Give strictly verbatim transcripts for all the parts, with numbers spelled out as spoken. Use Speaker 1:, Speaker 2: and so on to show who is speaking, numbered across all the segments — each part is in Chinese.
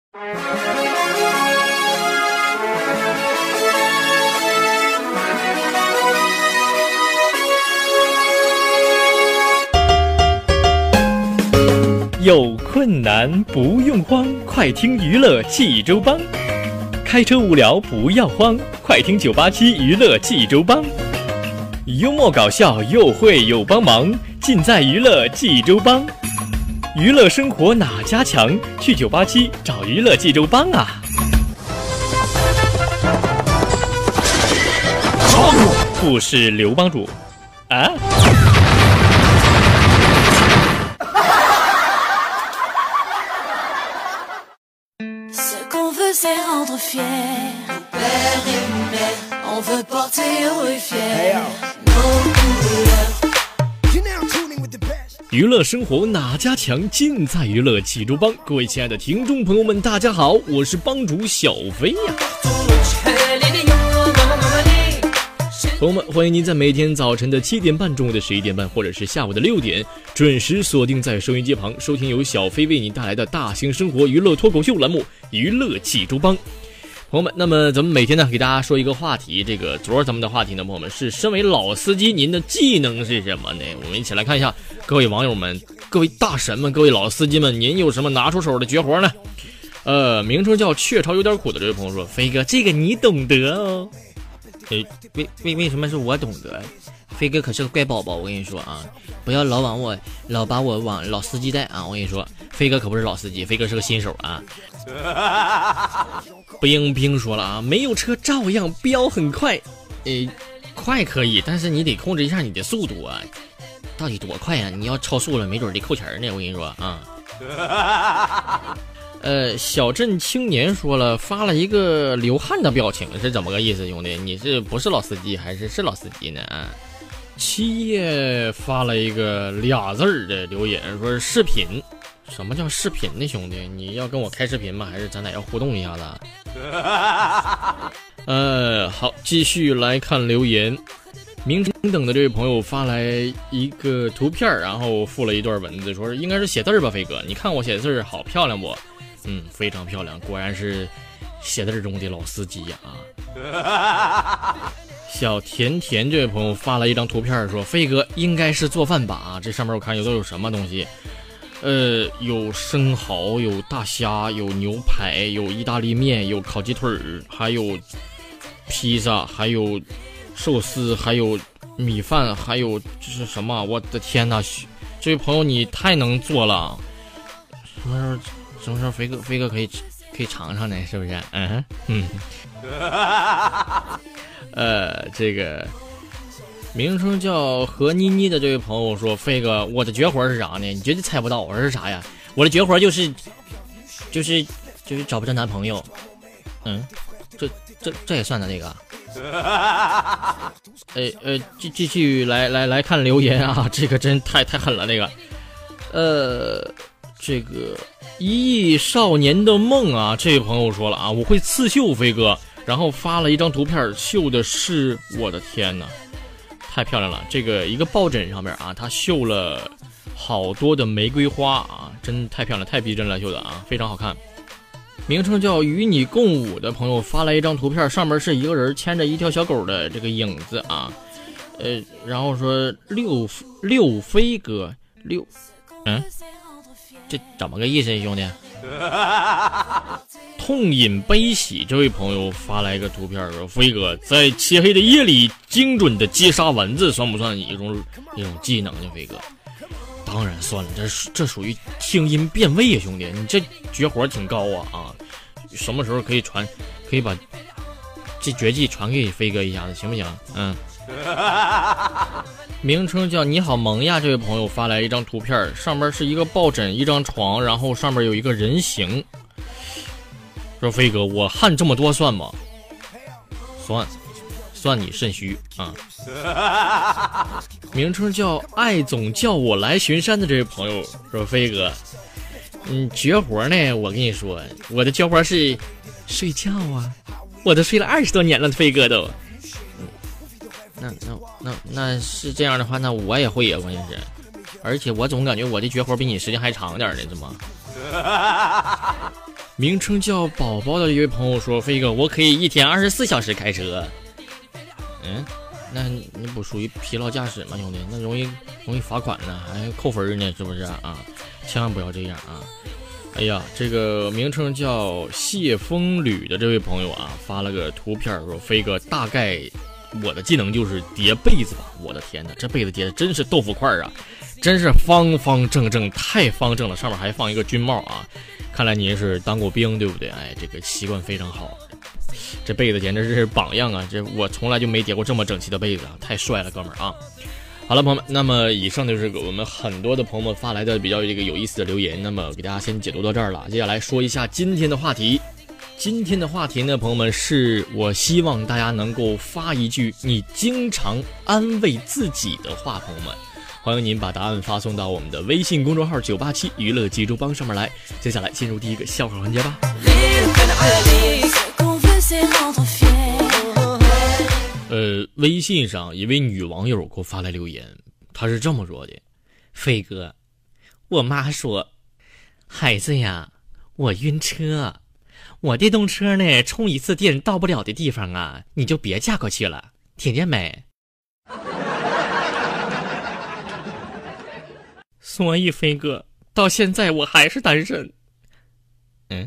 Speaker 1: 有困难不用慌，快听娱乐济州帮。开车无聊不要慌，快听九八七娱乐济州帮。幽默搞笑又会有帮忙，尽在娱乐济州帮。娱乐生活哪家强？去九八七找娱乐济州帮啊！不是刘帮主啊。
Speaker 2: C'est rendre fier père et mère, on veut porter haut et fier nos couleurs。
Speaker 1: 娱乐生活哪家强？尽在娱乐济州帮。各位亲爱的听众朋友们，大家好，我是帮主小飞呀。朋友们，欢迎您在每天早晨的七点半、中午的十一点半，或者是下午的六点，准时锁定在收音机旁，收听由小飞为您带来的大型生活娱乐脱口秀栏目《娱乐济州帮》。朋友们，那么咱们每天呢给大家说一个话题，这个昨儿咱们的话题呢，朋友们是身为老司机，您的技能是什么呢？我们一起来看一下，各位网友们、各位大神们、各位老司机们，您有什么拿出手的绝活呢？呃，名称叫雀巢有点苦的这位朋友说，飞哥，这个你懂得哦。为为为什么是我懂得？飞哥可是个乖宝宝，我跟你说啊，不要老往我老把我往老司机带啊！我跟你说，飞哥可不是老司机，飞哥是个新手啊。冰冰说了啊，没有车照样飙很快，呃，快可以，但是你得控制一下你的速度啊，到底多快啊？你要超速了，没准得扣钱呢。我跟你说啊。呃，小镇青年说了，发了一个流汗的表情，是怎么个意思，兄弟？你是不是老司机，还是是老司机呢？啊，七叶发了一个俩字儿的留言，说是视频。什么叫视频呢，兄弟？你要跟我开视频吗？还是咱俩要互动一下子？呃，好，继续来看留言。名称等的这位朋友发来一个图片，然后附了一段文字，说应该是写字吧，飞哥，你看我写字好漂亮不？嗯，非常漂亮，果然是写字中的老司机呀！啊，小甜甜这位朋友发了一张图片，说飞哥应该是做饭吧？啊，这上面我看有都有什么东西？呃，有生蚝，有大虾，有牛排，有意大利面，有烤鸡腿，还有披萨，还有寿司，还有米饭，还有这是什么？我的天哪！这位朋友你太能做了，什么时候？什么时候飞哥飞哥可以可以尝尝呢？是不是？嗯嗯。呃，这个名称叫何妮妮的这位朋友说，飞哥，我的绝活是啥呢？你绝对猜不到，我说是啥呀？我的绝活就是就是就是找不着男朋友。嗯，这这这也算的这个。呃呃，继继续来来来看留言啊，这个真太太狠了，这个。呃，这个。一亿少年的梦啊，这位朋友说了啊，我会刺绣，飞哥，然后发了一张图片，绣的是，我的天哪，太漂亮了！这个一个抱枕上面啊，他绣了好多的玫瑰花啊，真太漂亮，太逼真了，绣的啊，非常好看。名称叫与你共舞的朋友发来一张图片，上面是一个人牵着一条小狗的这个影子啊，呃，然后说六六飞哥六，嗯。这怎么个意思，兄弟？痛饮悲喜这位朋友发来一个图片，说飞哥在漆黑的夜里精准的击杀蚊子，算不算一种一种技能呢？飞哥，当然算了，这这属于听音辨位啊，兄弟，你这绝活挺高啊啊！什么时候可以传，可以把这绝技传给飞哥一下子，行不行？嗯。名称叫你好萌呀这位朋友发来一张图片，上面是一个抱枕，一张床，然后上面有一个人形。说飞哥，我汗这么多算吗？算，算你肾虚啊。名称叫爱总叫我来巡山的这位朋友说，飞哥，嗯，绝活呢，我跟你说，我的绝活是睡觉啊，我都睡了二十多年了，飞哥都。那那那那是这样的话，那我也会啊，关键是，而且我总感觉我的绝活比你时间还长点呢，怎么？ 名称叫宝宝的一位朋友说，飞哥，我可以一天二十四小时开车。嗯，那你不属于疲劳驾驶吗，兄弟？那容易容易罚款呢，还扣分呢，是不是啊？千万不要这样啊！哎呀，这个名称叫谢风吕的这位朋友啊，发了个图片说，飞哥，大概我的技能就是叠被子吧。我的天哪，这被子叠的真是豆腐块啊，真是方方正正，太方正了，上面还放一个军帽啊。看来您是当过兵，对不对？哎，这个习惯非常好。这被子简直是榜样啊！这我从来就没叠过这么整齐的被子啊，太帅了，哥们儿啊！好了，朋友们，那么以上就是我们很多的朋友们发来的比较这个有意思的留言，那么给大家先解读到这儿了。接下来说一下今天的话题。今天的话题呢，朋友们，是我希望大家能够发一句你经常安慰自己的话，朋友们。欢迎您把答案发送到我们的微信公众号九八七娱乐济州帮上面来。接下来进入第一个笑话环节吧。呃，微信上一位女网友给我发来留言，她是这么说的：飞哥，我妈说，孩子呀，我晕车，我电动车呢，充一次电到不了的地方啊，你就别嫁过去了，听见没？所以飞哥，到现在我还是单身。嗯。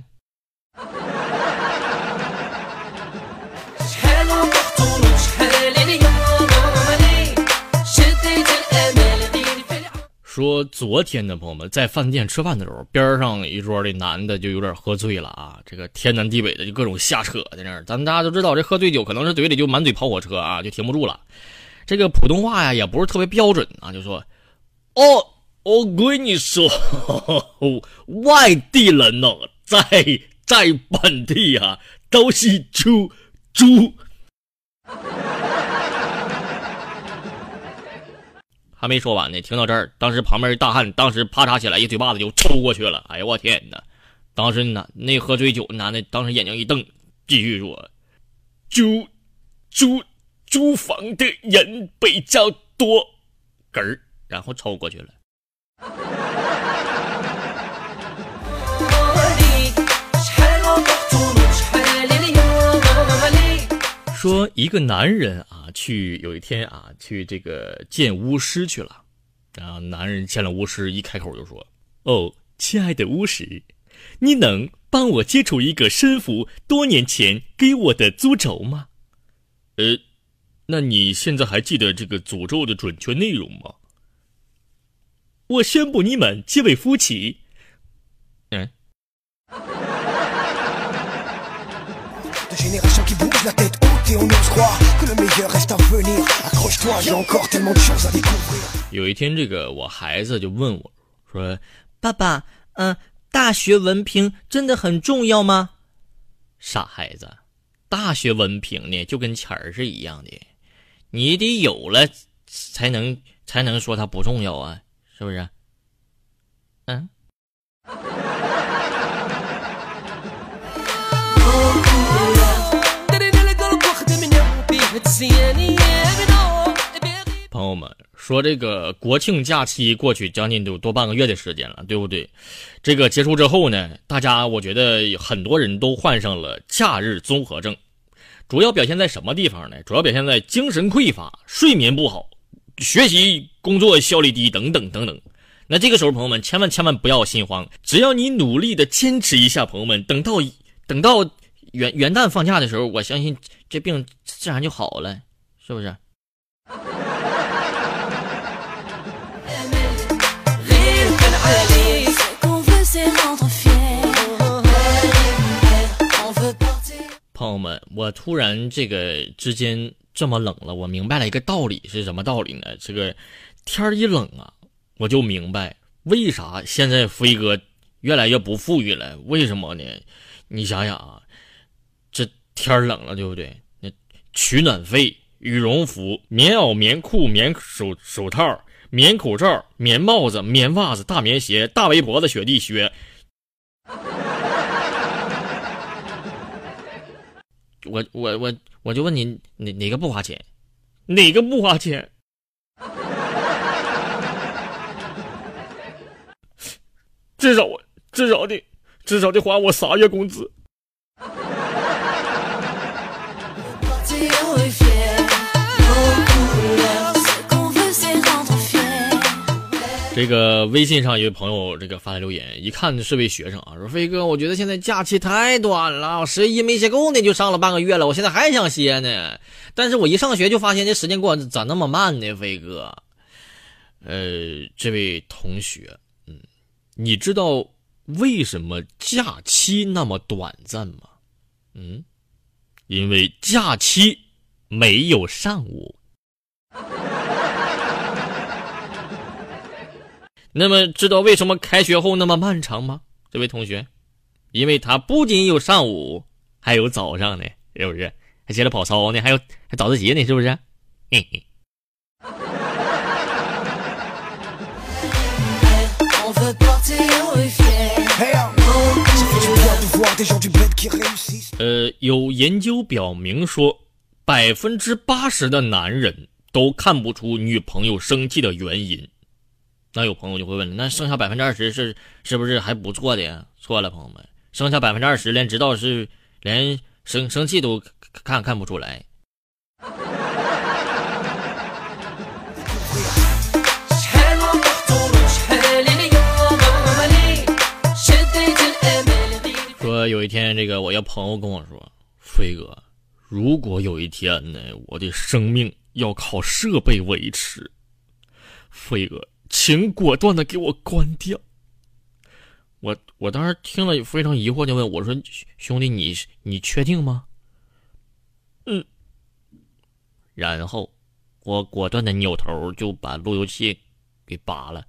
Speaker 1: 说昨天的朋友们在饭店吃饭的时候，边上一桌的男的就有点喝醉了啊，这个天南地北的就各种瞎扯在那儿。咱们大家都知道，这喝醉酒可能是嘴里就满嘴跑火车啊，就停不住了。这个普通话呀也不是特别标准啊，就说哦。我跟你说，呵呵外地人呢、哦，在在本地啊都是猪猪。还没说完呢，听到这儿，当时旁边一大汉，当时啪嚓起来，一嘴巴子就抽过去了。哎呀，我天哪！当时呢，那喝醉酒男的，当时眼睛一瞪，继续说：“租租租房的人比较多，嗝儿，然后抽过去了。”说一个男人啊，去有一天啊，去这个见巫师去了。然后男人见了巫师，一开口就说：“哦，亲爱的巫师，你能帮我接触一个身负多年前给我的诅咒吗？”呃，那你现在还记得这个诅咒的准确内容吗？我宣布你们结为夫妻。嗯。有一天，这个我孩子就问我说：“爸爸，嗯、呃，大学文凭真的很重要吗？”傻孩子，大学文凭呢就跟钱儿是一样的，你得有了才能才能说它不重要啊，是不是？嗯。朋友们说，这个国庆假期过去将近有多半个月的时间了，对不对？这个结束之后呢，大家我觉得很多人都患上了假日综合症，主要表现在什么地方呢？主要表现在精神匮乏、睡眠不好、学习工作效率低等等等等。那这个时候，朋友们千万千万不要心慌，只要你努力的坚持一下，朋友们，等到等到元元旦放假的时候，我相信这病自然就好了，是不是？朋友们，我突然这个之间这么冷了，我明白了一个道理，是什么道理呢？这个天一冷啊，我就明白为啥现在飞哥越来越不富裕了。为什么呢？你想想啊，这天冷了，对不对？那取暖费、羽绒服、棉袄、棉裤、棉手手套、棉口罩、棉帽子、棉袜子、大棉鞋、大围脖子、雪地靴。我我我我就问你，哪哪个不花钱？哪个不花钱？至少我至少得至少得花我仨月工资。这个微信上有位朋友这个发来留言，一看是位学生啊，说飞哥，我觉得现在假期太短了，我十一没歇够呢，就上了半个月了，我现在还想歇呢。但是我一上学就发现这时间过咋那么慢呢，飞哥。呃，这位同学，嗯，你知道为什么假期那么短暂吗？嗯，因为假期没有上午。那么知道为什么开学后那么漫长吗？这位同学，因为它不仅有上午，还有早上呢，是不是？还接着跑操呢，还有还早自习呢，是不是？嘿嘿。呃，有研究表明说，百分之八十的男人都看不出女朋友生气的原因。那有朋友就会问了，那剩下百分之二十是是不是还不错的呀？错了，朋友们，剩下百分之二十连知道是连生生气都看看不出来。说有一天，这个我一朋友跟我说，飞哥，如果有一天呢，我的生命要靠设备维持，飞哥，请果断的给我关掉。我我当时听了非常疑惑，就问我说：“兄弟，你你确定吗？”嗯。然后我果断的扭头就把路由器给拔了。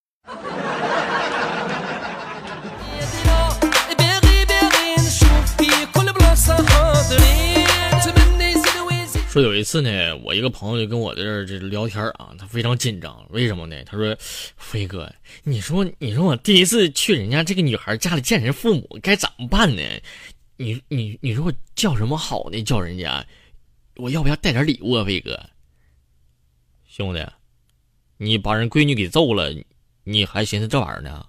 Speaker 1: 说有一次呢，我一个朋友就跟我在这儿这聊天啊，他非常紧张，为什么呢？他说：“飞哥，你说你说我第一次去人家这个女孩家里见人父母，该怎么办呢？你你你说我叫什么好呢？叫人家，我要不要带点礼物啊？飞哥，兄弟，你把人闺女给揍了，你还寻思这玩意儿呢？”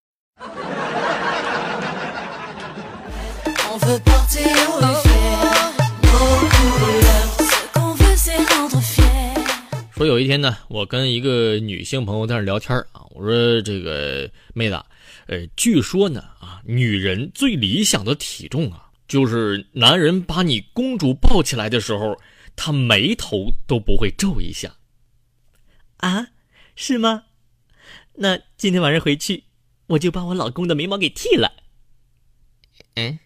Speaker 1: 说有一天呢，我跟一个女性朋友在那聊天啊，我说这个妹子，呃，据说呢啊，女人最理想的体重啊，就是男人把你公主抱起来的时候，他眉头都不会皱一下。啊，是吗？那今天晚上回去，我就把我老公的眉毛给剃了。嗯。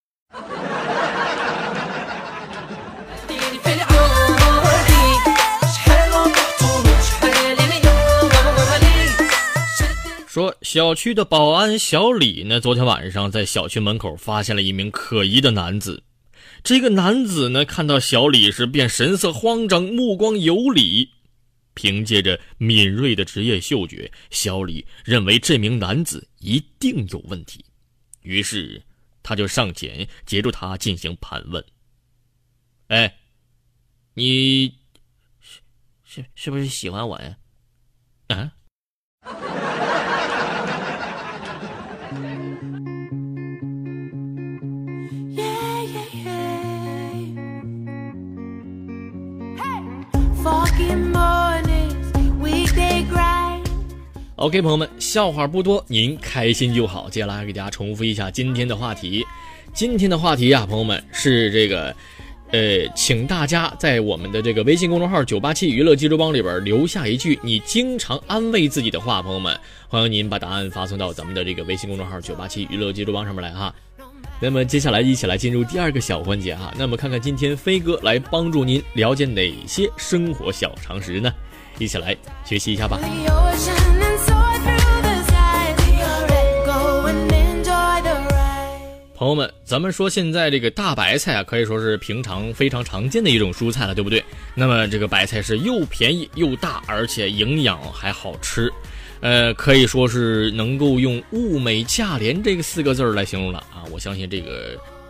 Speaker 1: 说小区的保安小李呢，昨天晚上在小区门口发现了一名可疑的男子。这个男子呢，看到小李时便神色慌张，目光游离。凭借着敏锐的职业嗅觉，小李认为这名男子一定有问题，于是他就上前截住他进行盘问。哎，你是是是不是喜欢我呀？啊？OK， 朋友们，笑话不多，您开心就好。接下来给大家重复一下今天的话题。今天的话题啊，朋友们是这个，呃，请大家在我们的这个微信公众号九八七娱乐济州帮里边留下一句你经常安慰自己的话。朋友们，欢迎您把答案发送到咱们的这个微信公众号九八七娱乐济州帮上面来哈。那么接下来一起来进入第二个小环节哈。那么看看今天飞哥来帮助您了解哪些生活小常识呢？一起来学习一下吧。朋友们，咱们说现在这个大白菜啊，可以说是平常非常常见的一种蔬菜了，对不对？那么这个白菜是又便宜又大，而且营养还好吃，呃，可以说是能够用物美价廉这个四个字来形容了啊！我相信这个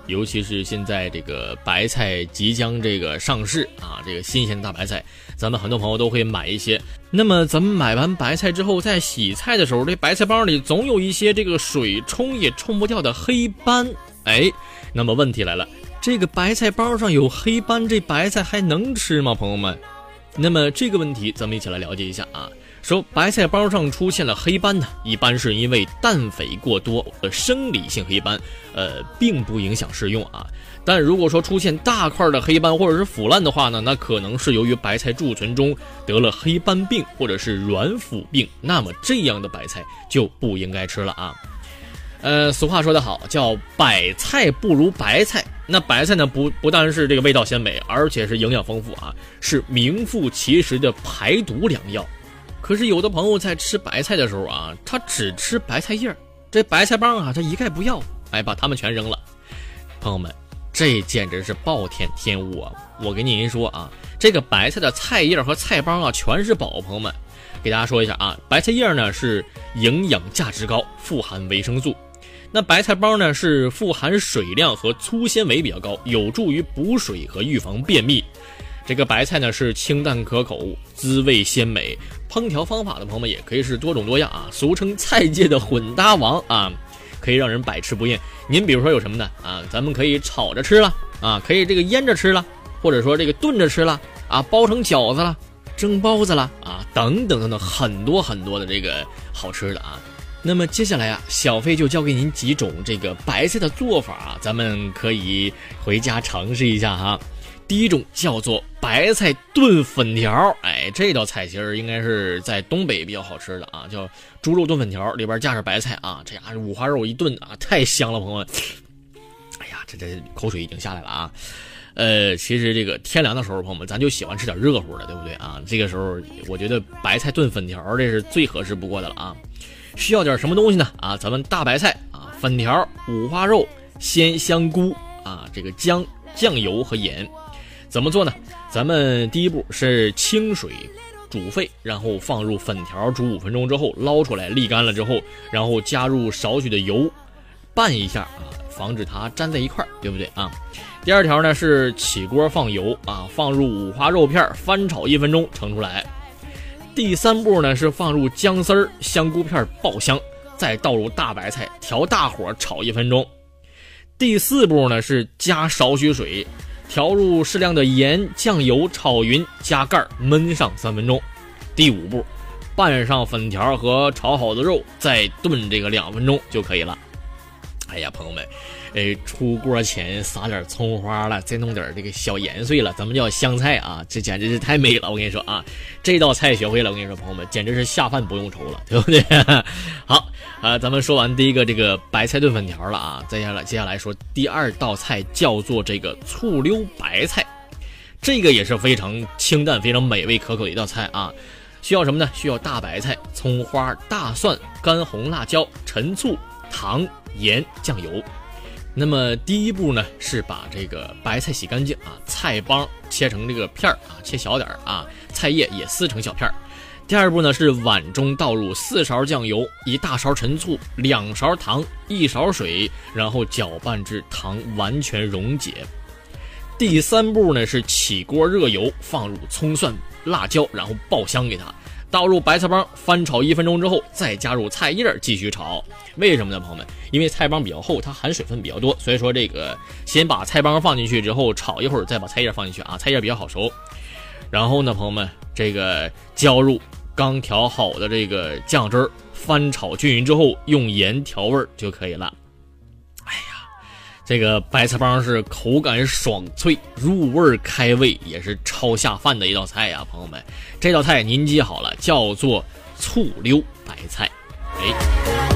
Speaker 1: 尤其是现在这个白菜即将这个上市啊，这个新鲜的大白菜，咱们很多朋友都会买一些。那么咱们买完白菜之后，在洗菜的时候，这白菜帮里总有一些这个水冲也冲不掉的黑斑。哎，那么问题来了，这个白菜帮上有黑斑，这白菜还能吃吗，朋友们？那么这个问题咱们一起来了解一下啊。说白菜帮上出现了黑斑呢，一般是因为氮肥过多的生理性黑斑，呃，并不影响食用啊。但如果说出现大块的黑斑或者是腐烂的话呢，那可能是由于白菜贮存中得了黑斑病或者是软腐病，那么这样的白菜就不应该吃了啊。呃，俗话说得好，叫百菜不如白菜。那白菜呢，不不但是这个味道鲜美，而且是营养丰富啊，是名副其实的排毒良药。可是有的朋友在吃白菜的时候啊，他只吃白菜叶，这白菜帮啊，他一概不要，哎，把它们全扔了。朋友们，这简直是暴殄天物啊！我跟您说啊，这个白菜的菜叶和菜帮啊，全是宝。朋友们，给大家说一下啊，白菜叶呢是营养价值高，富含维生素。那白菜帮呢是富含水量和粗纤维比较高，有助于补水和预防便秘。这个白菜呢是清淡可口，滋味鲜美，烹调方法的朋友们也可以是多种多样啊，俗称菜界的混搭王啊，可以让人百吃不厌。您比如说有什么呢啊？咱们可以炒着吃了啊，可以这个腌着吃了，或者说这个炖着吃了啊，包成饺子了，蒸包子了啊，等等等等，很多很多的这个好吃的啊。那么接下来啊，小飞就教给您几种这个白菜的做法啊，咱们可以回家尝试一下哈。第一种叫做白菜炖粉条，哎，这道菜其实应该是在东北比较好吃的啊，叫猪肉炖粉条，里边加上白菜啊，这样五花肉一炖啊，太香了，朋友们。哎呀，这这口水已经下来了啊。呃，其实这个天凉的时候，朋友们，咱就喜欢吃点热乎的，对不对啊？这个时候，我觉得白菜炖粉条这是最合适不过的了啊。需要点什么东西呢？啊，咱们大白菜啊，粉条、五花肉、鲜香菇啊，这个姜、酱油和盐。怎么做呢？咱们第一步是清水煮沸，然后放入粉条煮五分钟之后捞出来沥干了之后，然后加入少许的油拌一下啊，防止它粘在一块儿，对不对啊？第二条呢是起锅放油啊，放入五花肉片翻炒一分钟盛出来。第三步呢是放入姜丝儿、香菇片爆香，再倒入大白菜，调大火炒一分钟。第四步呢是加少许水，调入适量的盐、酱油，炒匀，加盖焖上三分钟。第五步，拌上粉条和炒好的肉，再炖这个两分钟就可以了。哎呀，朋友们，哎，出锅前撒点葱花了，再弄点这个小盐碎了，咱们叫香菜啊，这简直是太美了！我跟你说啊，这道菜学会了，我跟你说，朋友们，简直是下饭不用愁了，对不对？好啊，咱们说完第一个这个白菜炖粉条了啊，接下来接下来说第二道菜，叫做这个醋溜白菜，这个也是非常清淡、非常美味可口的一道菜啊。需要什么呢？需要大白菜、葱花、大蒜、干红辣椒、陈醋、糖、盐、酱油。那么第一步呢是把这个白菜洗干净啊，菜帮切成这个片儿啊，切小点啊，菜叶也撕成小片儿。第二步呢是碗中倒入四勺酱油，一大勺陈醋，两勺糖，一勺水，然后搅拌至糖完全溶解。第三步呢是起锅热油，放入葱蒜辣椒，然后爆香给它，倒入白菜帮翻炒一分钟之后，再加入菜叶继续炒。为什么呢，朋友们？因为菜帮比较厚，它含水分比较多，所以说这个先把菜帮放进去之后炒一会儿，再把菜叶放进去啊，菜叶比较好熟。然后呢，朋友们，这个浇入刚调好的这个酱汁儿，翻炒均匀之后，用盐调味就可以了。哎呀，这个白菜帮是口感爽脆，入味开胃，也是超下饭的一道菜呀，朋友们。这道菜您记好了，叫做醋溜白菜。哎。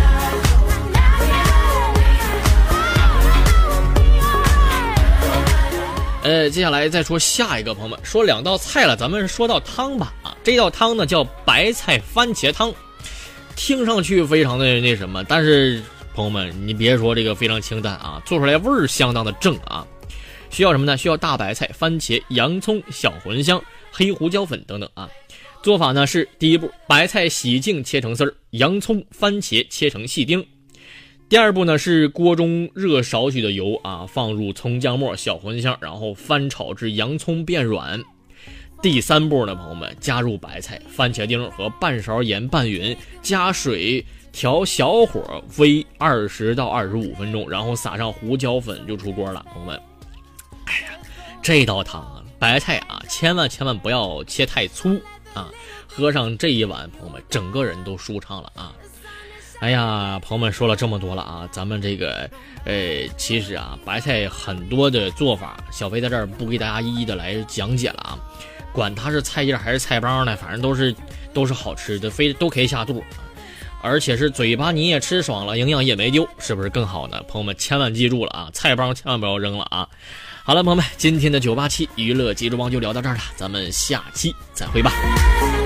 Speaker 1: 呃，接下来再说下一个，朋友们，说两道菜了，咱们说到汤吧啊，这道汤呢叫白菜番茄汤，听上去非常的那什么，但是朋友们，你别说这个非常清淡啊，做出来味儿相当的正啊。需要什么呢？需要大白菜、番茄、洋葱、小茴香、黑胡椒粉等等啊。做法呢是：第一步，白菜洗净切成丝儿，洋葱、番茄切成细丁。 第二步呢是锅中热少许的油啊，放入葱姜末、小茴香，然后翻炒至洋葱变软。第三步呢，朋友们，加入白菜、番茄丁和半勺盐拌匀，加水调小火煨二十到二十五分钟，然后撒上胡椒粉就出锅了。朋友们，哎呀，这道汤啊，白菜啊，千万千万不要切太粗啊！喝上这一碗，朋友们，整个人都舒畅了啊！哎呀，朋友们说了这么多了啊，咱们这个，呃，其实啊，白菜很多的做法，小飞在这儿不给大家一一的来讲解了啊。管它是菜叶还是菜帮呢，反正都是都是好吃的，非都可以下肚，而且是嘴巴你也吃爽了，营养也没丢，是不是更好呢？朋友们千万记住了啊，菜帮千万不要扔了啊！好了，朋友们，今天的九八七娱乐记住帮就聊到这儿了，咱们下期再会吧。